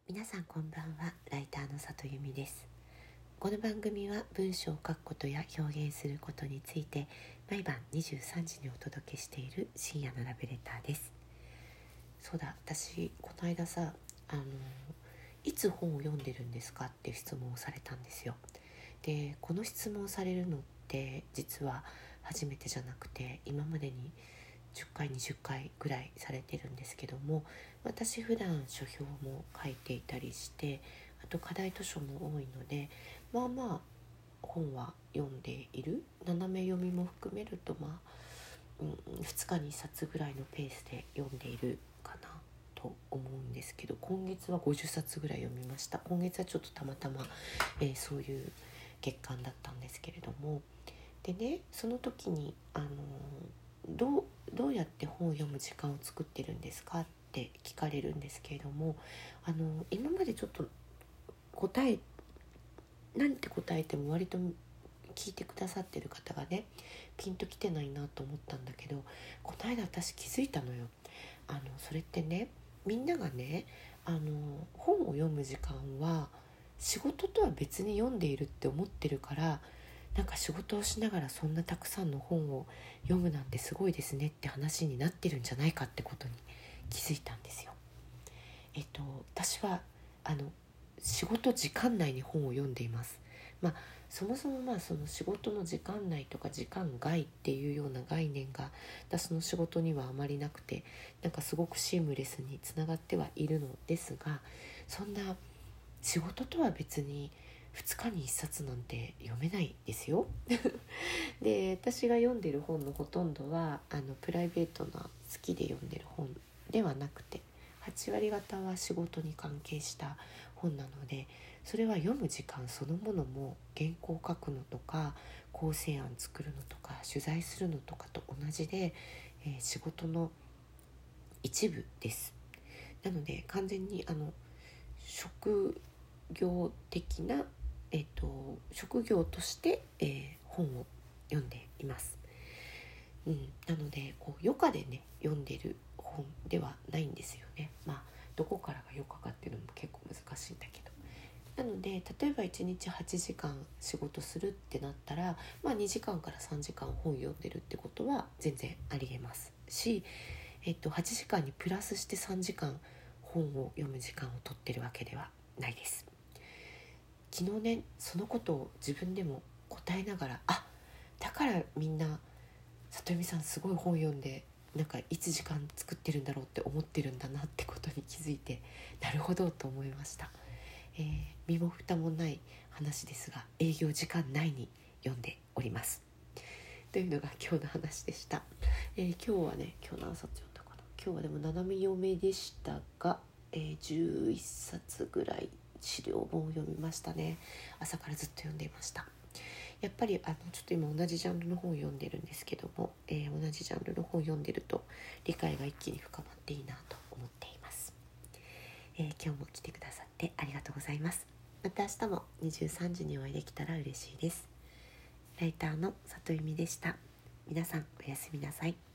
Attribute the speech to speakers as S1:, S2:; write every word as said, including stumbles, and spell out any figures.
S1: 皆さんこんばんは。ライターの里由美です。この番組は文章を書くことや表現することについて毎晩にじゅうさんじにお届けしている深夜のラブレターです。そうだ、私この間さあのいつ本を読んでるんですかっていう質問をされたんですよ。でこの質問されるのって実は初めてじゃなくて今までにじゅっかいにじゅっかいぐらいされてるんですけども、私普段書評も書いていたりして、あと課題図書も多いので、まあまあ本は読んでいる。斜め読みも含めるとまあ、うん、ふつかにいっさつぐらいのペースで読んでいるかなと思うんですけど、今月はごじゅっさつぐらい読みました。今月はちょっとたまたま、えー、そういう月間だったんですけれども、でね、その時にあのーどう、どうやって本を読む時間を作ってるんですかって聞かれるんですけれども、あの今までちょっと答えなんて答えても割と聞いてくださってる方がねピンときてないなと思ったんだけど、この間私気づいたのよ。あのそれってね、みんながねあの本を読む時間は仕事とは別に読んでいるって思ってるから、なんか仕事をしながらそんなたくさんの本を読むなんてすごいですねって話になってるんじゃないかってことに気づいたんですよ。えっと私はあの仕事時間内に本を読んでいます。まあそもそもまあその仕事の時間内とか時間外っていうような概念が私の仕事にはあまりなくて、なんかすごくシームレスにつながってはいるのですが、そんな仕事とは別にふつかにいっさつなんて読めないですよで、私が読んでる本のほとんどはあのプライベートな好きで読んでる本ではなくて、はちわり方は仕事に関係した本なので、それは読む時間そのものも原稿を書くのとか構成案作るのとか取材するのとかと同じで、えー、仕事の一部です。なので完全にあの職業的な、えーと、職業として、えー、本を読んでいます。うん、なのでこう余暇でね読んでる本ではないんですよね。まあどこからが余暇かっていうのも結構難しいんだけど、なので例えばいちにちはちじかん仕事するってなったら、まあ、にじかんからさんじかん本読んでるってことは全然ありえますし、えっと、はちじかんにプラスしてさんじかん本を読む時間を取ってるわけではないです。昨日ねそのことを自分でも答えながら、あ、だからみんな里見さんすごい本読んでなんかいつ時間作ってるんだろうって思ってるんだなってことに気づいて、なるほどと思いました。えー、身も蓋もない話ですが営業時間内に読んでおりますというのが今日の話でした。えー、今日はね今日何冊読んだかな。今日はでも斜め読めでしたが、えー、じゅういっさつぐらい資料本を読みましたね。朝からずっと読んでいました。やっぱりあのちょっと今同じジャンルの本を読んでるんですけども、えー、同じジャンルの本を読んでると理解が一気に深まっていいなと思っています。えー、今日も来てくださってありがとうございます。また明日もにじゅうさんじにお会いできたら嬉しいです。ライターの里由美でした。皆さんおやすみなさい。